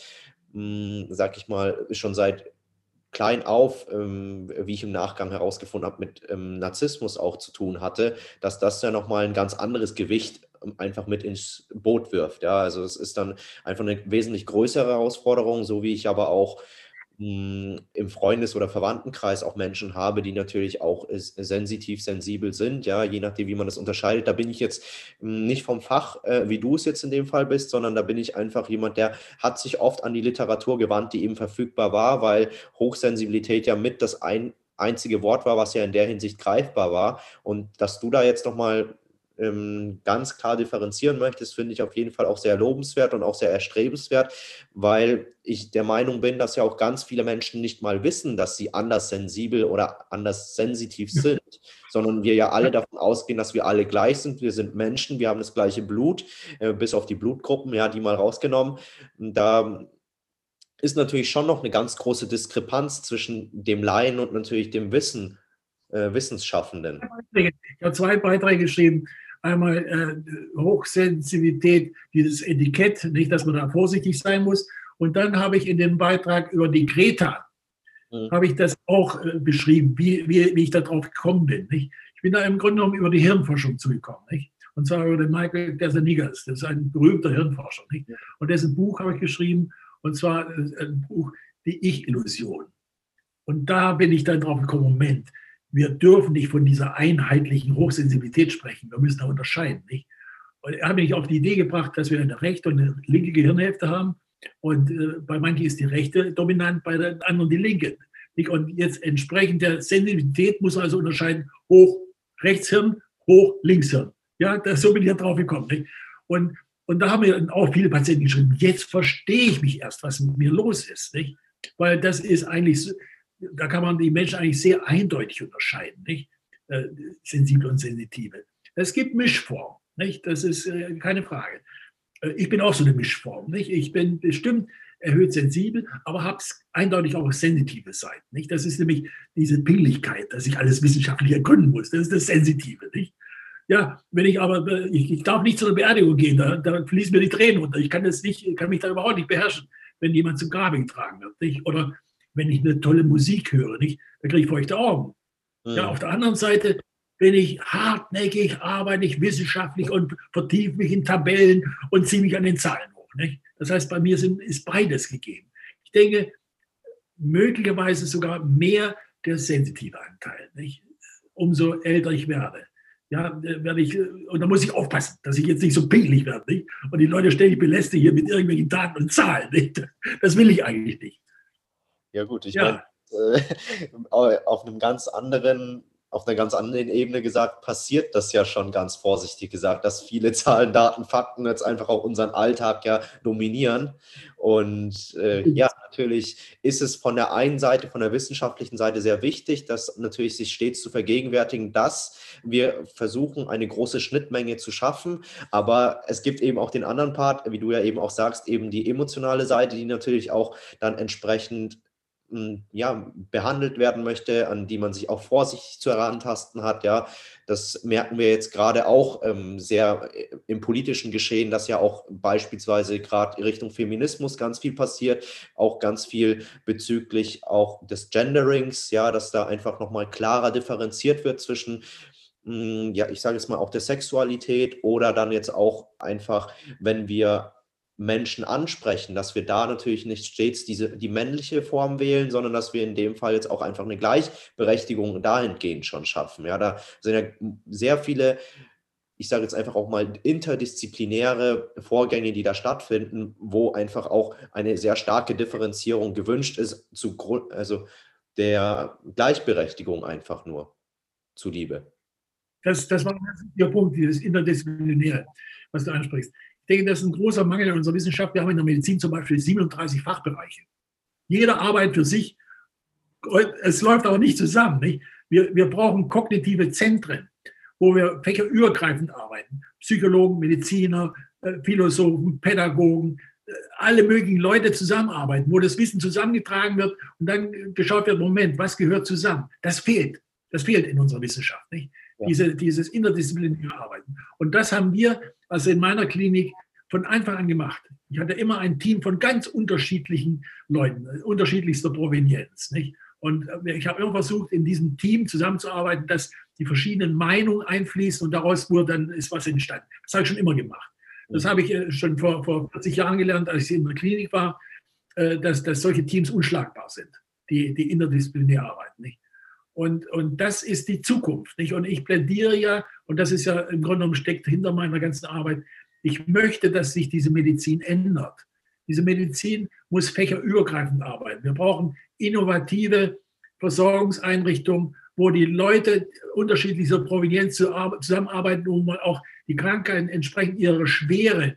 sag ich mal, schon seit klein auf, wie ich im Nachgang herausgefunden habe, mit Narzissmus auch zu tun hatte, dass das ja nochmal ein ganz anderes Gewicht einfach mit ins Boot wirft. Ja, also es ist dann einfach eine wesentlich größere Herausforderung, so wie ich aber auch im Freundes- oder Verwandtenkreis auch Menschen habe, die natürlich auch sensibel sind, ja, je nachdem, wie man das unterscheidet. Da bin ich jetzt nicht vom Fach, wie du es jetzt in dem Fall bist, sondern da bin ich einfach jemand, der hat sich oft an die Literatur gewandt, die eben verfügbar war, weil Hochsensibilität ja mit das einzige Wort war, was ja in der Hinsicht greifbar war. Und dass du da jetzt nochmal ganz klar differenzieren möchtest, finde ich auf jeden Fall auch sehr lobenswert und auch sehr erstrebenswert, weil ich der Meinung bin, dass ja auch ganz viele Menschen nicht mal wissen, dass sie anders sensibel oder anders sensitiv sind, sondern wir ja alle davon ausgehen, dass wir alle gleich sind. Wir sind Menschen, wir haben das gleiche Blut, bis auf die Blutgruppen, ja, die mal rausgenommen. Da ist natürlich schon noch eine ganz große Diskrepanz zwischen dem Laien und natürlich dem Wissensschaffenden. Ich habe 2 Beiträge geschrieben. Einmal Hochsensibilität, dieses Etikett, nicht, dass man da vorsichtig sein muss. Und dann habe ich in dem Beitrag über die Greta, habe ich das auch beschrieben, wie ich darauf gekommen bin. Nicht? Ich bin da im Grunde genommen über die Hirnforschung zugekommen. Nicht? Und zwar über den Michael Gazzanigas, das ist ein berühmter Hirnforscher. Nicht? Und dessen Buch habe ich geschrieben, und zwar ein Buch, Die Ich-Illusion. Und da bin ich dann drauf gekommen, Moment, wir dürfen nicht von dieser einheitlichen Hochsensibilität sprechen. Wir müssen da unterscheiden. Nicht? Und er hat mich auf die Idee gebracht, dass wir eine rechte und eine linke Gehirnhälfte haben. Und bei manchen ist die rechte dominant, bei den anderen die linke. Nicht? Und jetzt entsprechend der Sensibilität muss man also unterscheiden, hoch Rechtshirn, hoch Linkshirn. Ja, so bin ich ja drauf gekommen. Nicht? Und da haben mir auch viele Patienten geschrieben, jetzt verstehe ich mich erst, was mit mir los ist. Nicht? Weil das ist eigentlich so, da kann man die Menschen eigentlich sehr eindeutig unterscheiden, nicht? Sensible und Sensitive. Es gibt Mischformen, nicht? Das ist keine Frage. Ich bin auch so eine Mischform, nicht? Ich bin bestimmt erhöht sensibel, aber habe eindeutig auch sensitive Seiten, nicht? Das ist nämlich diese Pinglichkeit, dass ich alles wissenschaftlich ergründen muss. Das ist das Sensitive, nicht? Ja, wenn ich aber, ich darf nicht zu einer Beerdigung gehen, da fließen mir die Tränen runter. Ich kann mich da überhaupt nicht beherrschen, wenn jemand zum Grabe getragen wird, nicht? Oder wenn ich eine tolle Musik höre, nicht? Dann kriege ich feuchte Augen. Ja, auf der anderen Seite bin ich hartnäckig, arbeite ich wissenschaftlich und vertiefe mich in Tabellen und ziehe mich an den Zahlen hoch. Nicht? Das heißt, bei mir ist beides gegeben. Ich denke, möglicherweise sogar mehr der sensitive Anteil, nicht? Umso älter ich werde. Ja, und da muss ich aufpassen, dass ich jetzt nicht so pingelig werde. Nicht? Und die Leute ständig belästige mit irgendwelchen Daten und Zahlen. Nicht? Das will ich eigentlich nicht. Ja gut, ich meine, auf einer ganz anderen Ebene gesagt, passiert das ja schon ganz vorsichtig gesagt, dass viele Zahlen, Daten, Fakten jetzt einfach auch unseren Alltag ja dominieren. Und ja, natürlich ist es von der einen Seite, von der wissenschaftlichen Seite sehr wichtig, dass natürlich sich stets zu vergegenwärtigen, dass wir versuchen, eine große Schnittmenge zu schaffen. Aber es gibt eben auch den anderen Part, wie du ja eben auch sagst, eben die emotionale Seite, die natürlich auch dann entsprechend behandelt werden möchte, an die man sich auch vorsichtig zu herantasten hat. Ja, das merken wir jetzt gerade auch sehr im politischen Geschehen, dass ja auch beispielsweise gerade Richtung Feminismus ganz viel passiert, auch ganz viel bezüglich auch des Genderings, ja, dass da einfach nochmal klarer differenziert wird zwischen ich sage jetzt mal auch der Sexualität oder dann jetzt auch einfach, wenn wir Menschen ansprechen, dass wir da natürlich nicht stets die männliche Form wählen, sondern dass wir in dem Fall jetzt auch einfach eine Gleichberechtigung dahingehend schon schaffen. Ja, da sind ja sehr viele, ich sage jetzt einfach auch mal, interdisziplinäre Vorgänge, die da stattfinden, wo einfach auch eine sehr starke Differenzierung gewünscht ist, also der Gleichberechtigung einfach nur zuliebe. Das war ein ganz wichtiger Punkt, dieses Interdisziplinäre, was du ansprichst. Ich denke, das ist ein großer Mangel in unserer Wissenschaft. Wir haben in der Medizin zum Beispiel 37 Fachbereiche. Jeder arbeitet für sich. Es läuft aber nicht zusammen. Nicht? Wir brauchen kognitive Zentren, wo wir fächerübergreifend arbeiten. Psychologen, Mediziner, Philosophen, Pädagogen, alle möglichen Leute zusammenarbeiten, wo das Wissen zusammengetragen wird und dann geschaut wird, Moment, was gehört zusammen? Das fehlt. Das fehlt in unserer Wissenschaft. Nicht? Ja. Dieses interdisziplinäre Arbeiten. Und das haben wir also in meiner Klinik von Anfang an gemacht. Ich hatte immer ein Team von ganz unterschiedlichen Leuten, unterschiedlichster Provenienz. Nicht? Und ich habe immer versucht, in diesem Team zusammenzuarbeiten, dass die verschiedenen Meinungen einfließen und daraus dann ist was entstanden. Das habe ich schon immer gemacht. Das habe ich schon vor 40 Jahren gelernt, als ich in der Klinik war, dass solche Teams unschlagbar sind, die interdisziplinär arbeiten. Nicht? Und das ist die Zukunft. Nicht? Und ich plädiere ja, und das ist ja im Grunde genommen steckt hinter meiner ganzen Arbeit, ich möchte, dass sich diese Medizin ändert. Diese Medizin muss fächerübergreifend arbeiten. Wir brauchen innovative Versorgungseinrichtungen, wo die Leute unterschiedlicher Provenienz zusammenarbeiten, um auch die Krankheiten entsprechend ihrer Schwere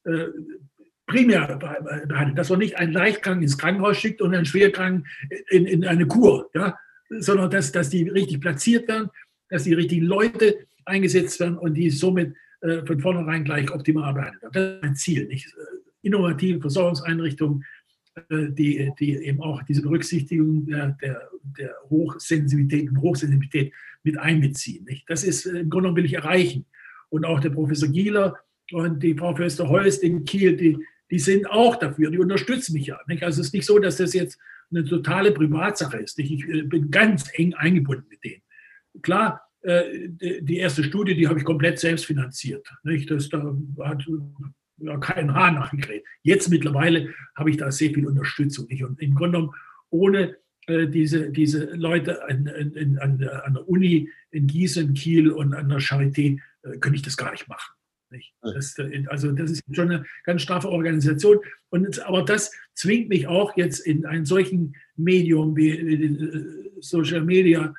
primär behandelt. Dass man nicht einen Leichtkranken ins Krankenhaus schickt und einen Schwerkranken in eine Kur, ja? Sondern dass die richtig platziert werden, dass die richtigen Leute eingesetzt werden und die somit von vornherein gleich optimal behandelt werden. Das ist mein Ziel. Nicht? Innovative Versorgungseinrichtungen, die eben auch diese Berücksichtigung der Hochsensibilität und Hochsensibilität mit einbeziehen. Nicht? Das ist im Grunde genommen will ich erreichen. Und auch der Professor Gieler und die Frau Förster Holst in Kiel, die sind auch dafür, die unterstützen mich ja. Nicht? Also es ist nicht so, dass das jetzt eine totale Privatsache ist. Nicht? Ich bin ganz eng eingebunden mit denen. Klar, die erste Studie, die habe ich komplett selbst finanziert. Nicht? Da hat kein Haar nachgekriegt. Jetzt mittlerweile habe ich da sehr viel Unterstützung. Nicht? Und im Grunde genommen, ohne diese Leute an der Uni in Gießen, Kiel und an der Charité könnte ich das gar nicht machen. Nicht? Das ist schon eine ganz straffe Organisation. Aber das zwingt mich auch jetzt in einem solchen Medium wie Social Media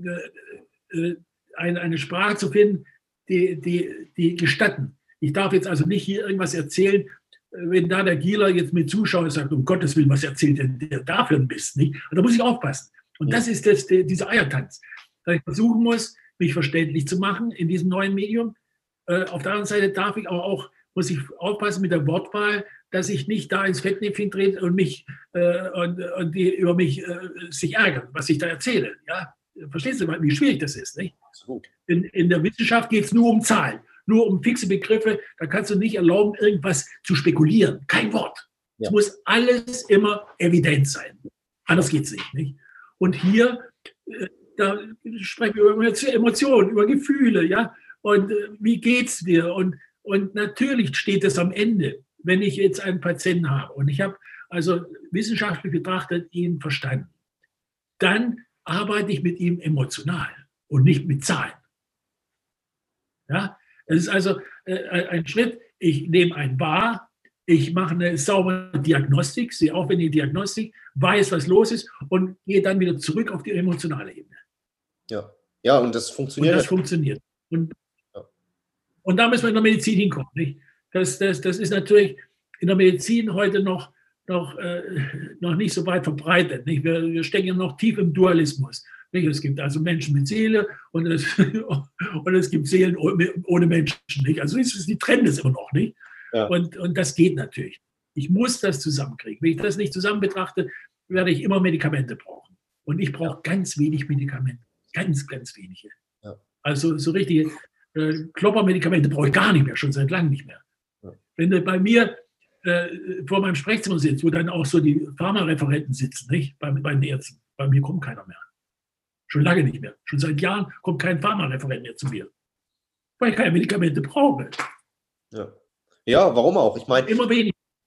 eine Sprache zu finden, die gestatten. Ich darf jetzt also nicht hier irgendwas erzählen, wenn da der Gieler jetzt mit Zuschauern sagt, um Gottes Willen, was erzählt denn der da für ein Mist? Nicht? Und da muss ich aufpassen. Und das ist dieser Eiertanz, dass ich versuchen muss, mich verständlich zu machen in diesem neuen Medium. Auf der anderen Seite muss ich aufpassen mit der Wortwahl, dass ich nicht da ins Fettnäpfchen trete und die über mich sich ärgern, was ich da erzähle. Ja? Verstehst du, wie schwierig das ist? Nicht? In der Wissenschaft geht es nur um Zahlen, nur um fixe Begriffe. Da kannst du nicht erlauben, irgendwas zu spekulieren. Kein Wort. Es muss alles immer evident sein. Anders geht es nicht. Und hier, da sprechen wir über Emotionen, über Gefühle, ja. Und wie geht's dir? Und natürlich steht es am Ende, wenn ich jetzt einen Patienten habe und ich habe also wissenschaftlich betrachtet ihn verstanden, dann arbeite ich mit ihm emotional und nicht mit Zahlen. Ja, es ist also ein Schritt, ich nehme ein wahr, ich mache eine saubere Diagnostik, sehr aufwendige Diagnostik, weiß, was los ist und gehe dann wieder zurück auf die emotionale Ebene. Ja, und das funktioniert. Und da müssen wir in der Medizin hinkommen. Nicht? Das ist natürlich in der Medizin heute noch nicht so weit verbreitet. Nicht? Wir stecken ja noch tief im Dualismus. Nicht? Es gibt also Menschen mit Seele und es gibt Seelen ohne Menschen. Nicht? Also die trennen das immer noch nicht. Ja. Und das geht natürlich. Ich muss das zusammenkriegen. Wenn ich das nicht zusammen betrachte, werde ich immer Medikamente brauchen. Und ich brauche ganz wenig Medikamente. Ganz, ganz wenige. Ja. Also so richtige Kloppermedikamente brauche ich gar nicht mehr, schon seit langem nicht mehr. Ja. Wenn du bei mir vor meinem Sprechzimmer sitzt, wo dann auch so die Pharmareferenten sitzen, nicht? Bei den Ärzten, bei mir kommt keiner mehr. Schon lange nicht mehr. Schon seit Jahren kommt kein Pharmareferent mehr zu mir. Weil ich keine Medikamente brauche. Ja, warum auch? Ich meine, immer weniger.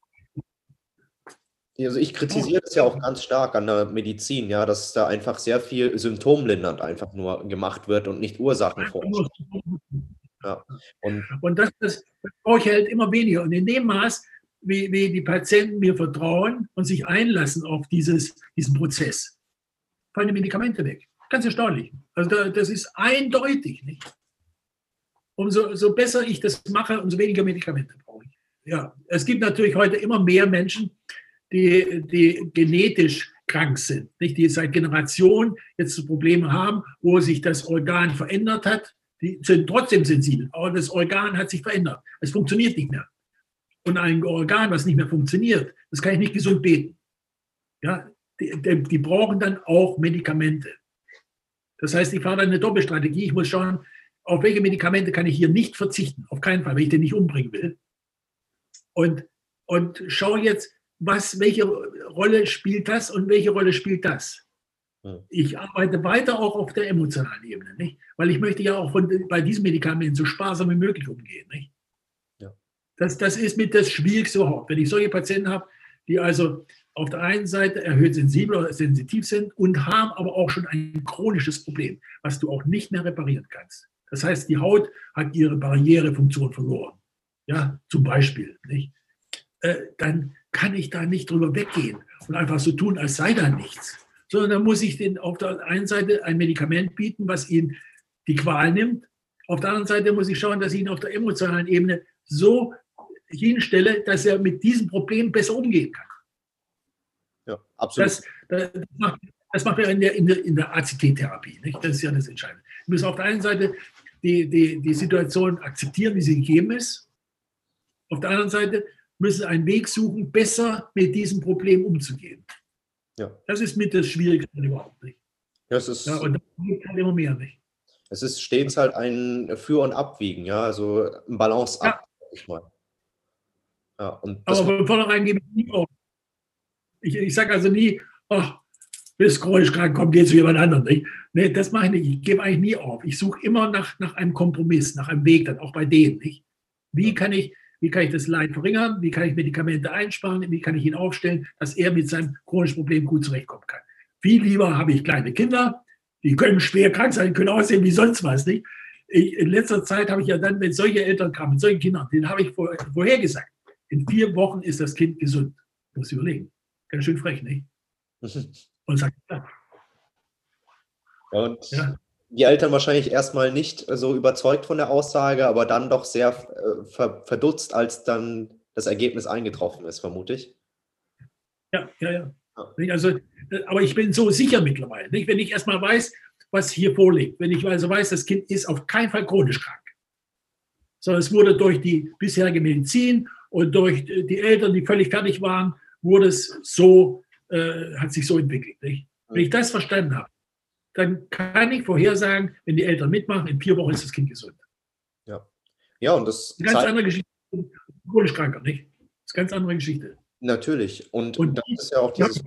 Also ich kritisiere das ja auch ganz stark an der Medizin, ja, dass da einfach sehr viel symptomlindernd einfach nur gemacht wird und nicht Ursachenforschung. Ja. Und das brauche ich halt immer weniger. Und in dem Maß, wie die Patienten mir vertrauen und sich einlassen auf diesen Prozess, fallen die Medikamente weg. Ganz erstaunlich. Also das ist eindeutig, nicht? So besser ich das mache, umso weniger Medikamente brauche ich. Ja, es gibt natürlich heute immer mehr Menschen, die genetisch krank sind, nicht? Die seit Generationen jetzt Probleme haben, wo sich das Organ verändert hat. Die sind trotzdem sensibel, aber das Organ hat sich verändert. Es funktioniert nicht mehr. Und ein Organ, was nicht mehr funktioniert, das kann ich nicht gesund beten. Ja, die brauchen dann auch Medikamente. Das heißt, ich fahre dann eine Doppelstrategie. Ich muss schauen, auf welche Medikamente kann ich hier nicht verzichten. Auf keinen Fall, wenn ich den nicht umbringen will. Und schaue jetzt, welche Rolle spielt das und welche Rolle spielt das. Ich arbeite weiter auch auf der emotionalen Ebene, nicht? Weil ich möchte ja auch bei diesen Medikamenten so sparsam wie möglich umgehen. Nicht? Ja. Das ist mit das Schwierigste überhaupt. Wenn ich solche Patienten habe, die also auf der einen Seite erhöht sensibel oder sensitiv sind und haben aber auch schon ein chronisches Problem, was du auch nicht mehr reparieren kannst. Das heißt, die Haut hat ihre Barrierefunktion verloren. Ja, zum Beispiel. Nicht? Dann kann ich da nicht drüber weggehen und einfach so tun, als sei da nichts. Sondern dann muss ich denen auf der einen Seite ein Medikament bieten, was ihnen die Qual nimmt. Auf der anderen Seite muss ich schauen, dass ich ihn auf der emotionalen Ebene so hinstelle, dass er mit diesem Problem besser umgehen kann. Ja, absolut. Das macht er in der ACT-Therapie. Nicht? Das ist ja das Entscheidende. Wir müssen auf der einen Seite die Situation akzeptieren, wie sie gegeben ist. Auf der anderen Seite müssen einen Weg suchen, besser mit diesem Problem umzugehen. Ja. Das ist mit das Schwierigste überhaupt nicht. Ja, es ist, und das geht halt immer mehr nicht. Es ist stets halt ein Für- und Abwiegen, ja, also ein Balanceakt, sag ich mal. Ja, und aber von vornherein gebe ich nie auf. Ich sage also nie, bist chronisch krank, komm, geh zu jemand anderem. Nicht? Nee, das mache ich nicht. Ich gebe eigentlich nie auf. Ich suche immer nach einem Kompromiss, nach einem Weg, dann auch bei denen. Nicht? Wie kann ich das Leid verringern? Wie kann ich Medikamente einsparen? Wie kann ich ihn aufstellen, dass er mit seinem chronischen Problem gut zurechtkommen kann? Viel lieber habe ich kleine Kinder, die können schwer krank sein, können aussehen wie sonst was. Nicht? In letzter Zeit habe ich ja dann, wenn solche Eltern kamen, mit solchen Kindern, denen habe ich vorher gesagt, in 4 Wochen ist das Kind gesund. Muss ich überlegen. Ganz schön frech, nicht? Und sagt, ja. Und die Eltern wahrscheinlich erstmal nicht so überzeugt von der Aussage, aber dann doch sehr verdutzt, als dann das Ergebnis eingetroffen ist, vermute ich. Ja. Also, aber ich bin so sicher mittlerweile, nicht? Wenn ich erstmal weiß, was hier vorliegt, wenn ich also weiß, das Kind ist auf keinen Fall chronisch krank, sondern es wurde durch die bisherige Medizin und durch die Eltern, die völlig fertig waren, wurde es so, hat sich so entwickelt. Nicht? Wenn ich das verstanden habe, dann kann ich vorhersagen, wenn die Eltern mitmachen, in 4 Wochen ist das Kind gesund. Ja, und das ist eine ganz andere Geschichte. Chronisch kranker, nicht? Das ist eine ganz andere Geschichte. Natürlich. Und das ist ja auch dieses.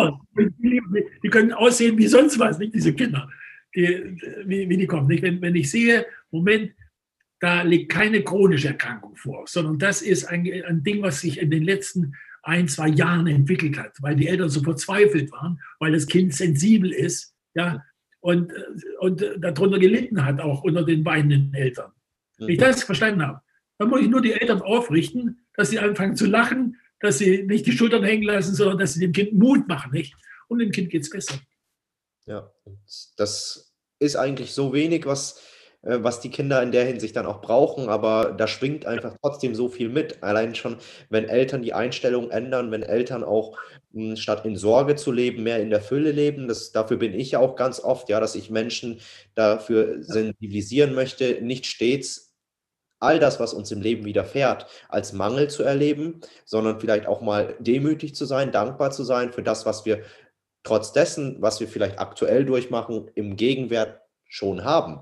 Die können aussehen wie sonst was, nicht diese Kinder, wie die kommen. Nicht? Wenn ich sehe, Moment, da liegt keine chronische Erkrankung vor, sondern das ist ein Ding, was sich in den letzten 1-2 Jahren entwickelt hat, weil die Eltern so verzweifelt waren, weil das Kind sensibel ist, ja, und darunter gelitten hat, auch unter den weinenden Eltern. Wenn ich das verstanden habe, dann muss ich nur die Eltern aufrichten, dass sie anfangen zu lachen, dass sie nicht die Schultern hängen lassen, sondern dass sie dem Kind Mut machen, nicht? Und dem Kind geht es besser. Ja, und das ist eigentlich so wenig, was die Kinder in der Hinsicht dann auch brauchen, aber da schwingt einfach trotzdem so viel mit. Allein schon, wenn Eltern die Einstellung ändern, wenn Eltern auch statt in Sorge zu leben, mehr in der Fülle leben. Dafür bin ich ja auch ganz oft, ja, dass ich Menschen dafür sensibilisieren möchte, nicht stets all das, was uns im Leben widerfährt, als Mangel zu erleben, sondern vielleicht auch mal demütig zu sein, dankbar zu sein für das, was wir trotz dessen, was wir vielleicht aktuell durchmachen, im Gegenwert schon haben.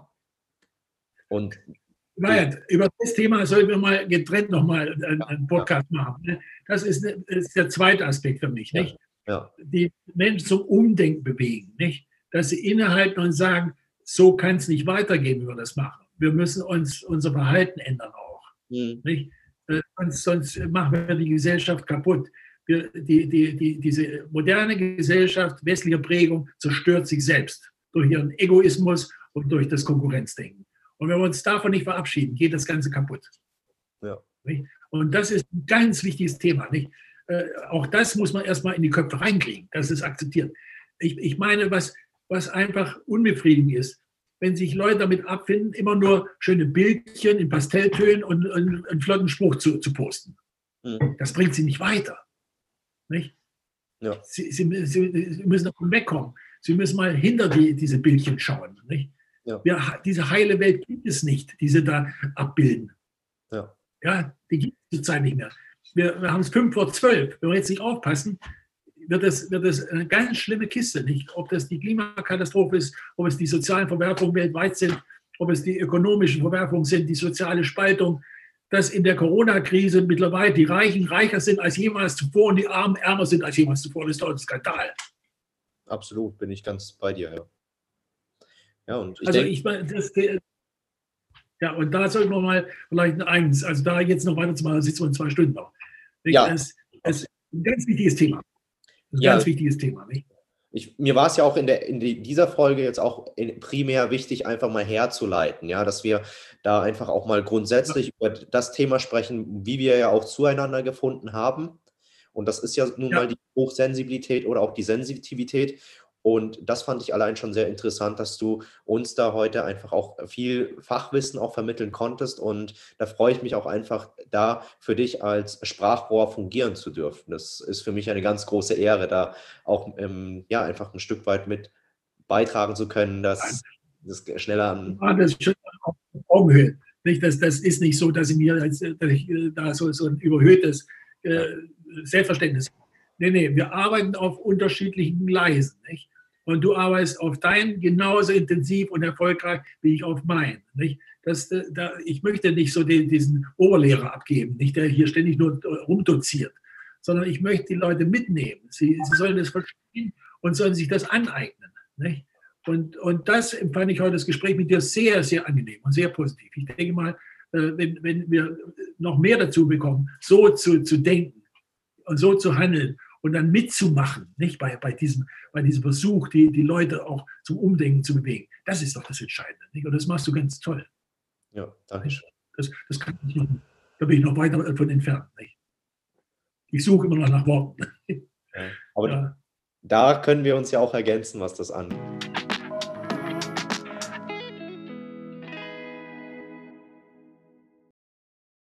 Und über das Thema sollten wir mal getrennt nochmal einen Podcast machen. Das ist der zweite Aspekt für mich. Nicht? Ja. Die Menschen zum Umdenken bewegen. Nicht? Dass sie innehalten und sagen, so kann es nicht weitergehen, wie wir das machen. Wir müssen unser Verhalten ändern auch. Nicht? Sonst machen wir die Gesellschaft kaputt. Diese moderne Gesellschaft westlicher Prägung zerstört sich selbst durch ihren Egoismus und durch das Konkurrenzdenken. Und wenn wir uns davon nicht verabschieden, geht das Ganze kaputt. Ja. Und das ist ein ganz wichtiges Thema. Nicht? Auch das muss man erstmal in die Köpfe reinkriegen, dass es akzeptiert. Ich meine, was einfach unbefriedigend ist, wenn sich Leute damit abfinden, immer nur schöne Bildchen in Pastelltönen und einen flotten Spruch zu posten. Das bringt sie nicht weiter. Nicht? Ja. Sie müssen davon wegkommen. Sie müssen mal hinter diese Bildchen schauen. Nicht? Ja, diese heile Welt gibt es nicht, die sie da abbilden. Ja, die gibt es zurzeit nicht mehr. Wir haben es 11:55. Wenn wir jetzt nicht aufpassen, wird das eine ganz schlimme Kiste. Nicht? Ob das die Klimakatastrophe ist, ob es die sozialen Verwerfungen weltweit sind, ob es die ökonomischen Verwerfungen sind, die soziale Spaltung, dass in der Corona-Krise mittlerweile die Reichen reicher sind als jemals zuvor und die Armen ärmer sind als jemals zuvor. Das ist doch ein Skandal. Absolut, bin ich ganz bei dir, ja. Ja, und und da sollten wir mal vielleicht eins, also da jetzt noch weiter zu machen, sitzen wir in 2 Stunden noch. Ja. Das ist ein ganz wichtiges Thema. Ganz wichtiges Thema. Nicht? Mir war es ja auch in dieser Folge jetzt auch primär wichtig, einfach mal herzuleiten, ja, dass wir da einfach auch mal grundsätzlich über das Thema sprechen, wie wir ja auch zueinander gefunden haben. Und das ist ja nun mal die Hochsensibilität oder auch die Sensitivität. Und das fand ich allein schon sehr interessant, dass du uns da heute einfach auch viel Fachwissen auch vermitteln konntest. Und da freue ich mich auch einfach, da für dich als Sprachrohr fungieren zu dürfen. Das ist für mich eine ganz große Ehre, da auch einfach ein Stück weit mit beitragen zu können, dass das schneller an... Das ist schon auf Augenhöhe. Das ist nicht so, dass ich da so ein überhöhtes Selbstverständnis habe. Nee, wir arbeiten auf unterschiedlichen Gleisen. Nicht? Und du arbeitest auf dein genauso intensiv und erfolgreich wie ich auf mein. Nicht? Ich möchte nicht so diesen Oberlehrer abgeben, nicht, der hier ständig nur rumdoziert, sondern ich möchte die Leute mitnehmen. Sie sollen das verstehen und sollen sich das aneignen. Nicht? Und das empfand ich heute das Gespräch mit dir sehr, sehr angenehm und sehr positiv. Ich denke mal, wenn wir noch mehr dazu bekommen, so zu denken und so zu handeln, und dann mitzumachen, nicht bei diesem Versuch, die Leute auch zum Umdenken zu bewegen. Das ist doch das Entscheidende. Nicht? Und das machst du ganz toll. Ja, danke schön. Das kann ich noch, da bin ich noch weiter davon entfernt. Nicht? Ich suche immer noch nach Worten. Ja, aber da können wir uns ja auch ergänzen, was das angeht.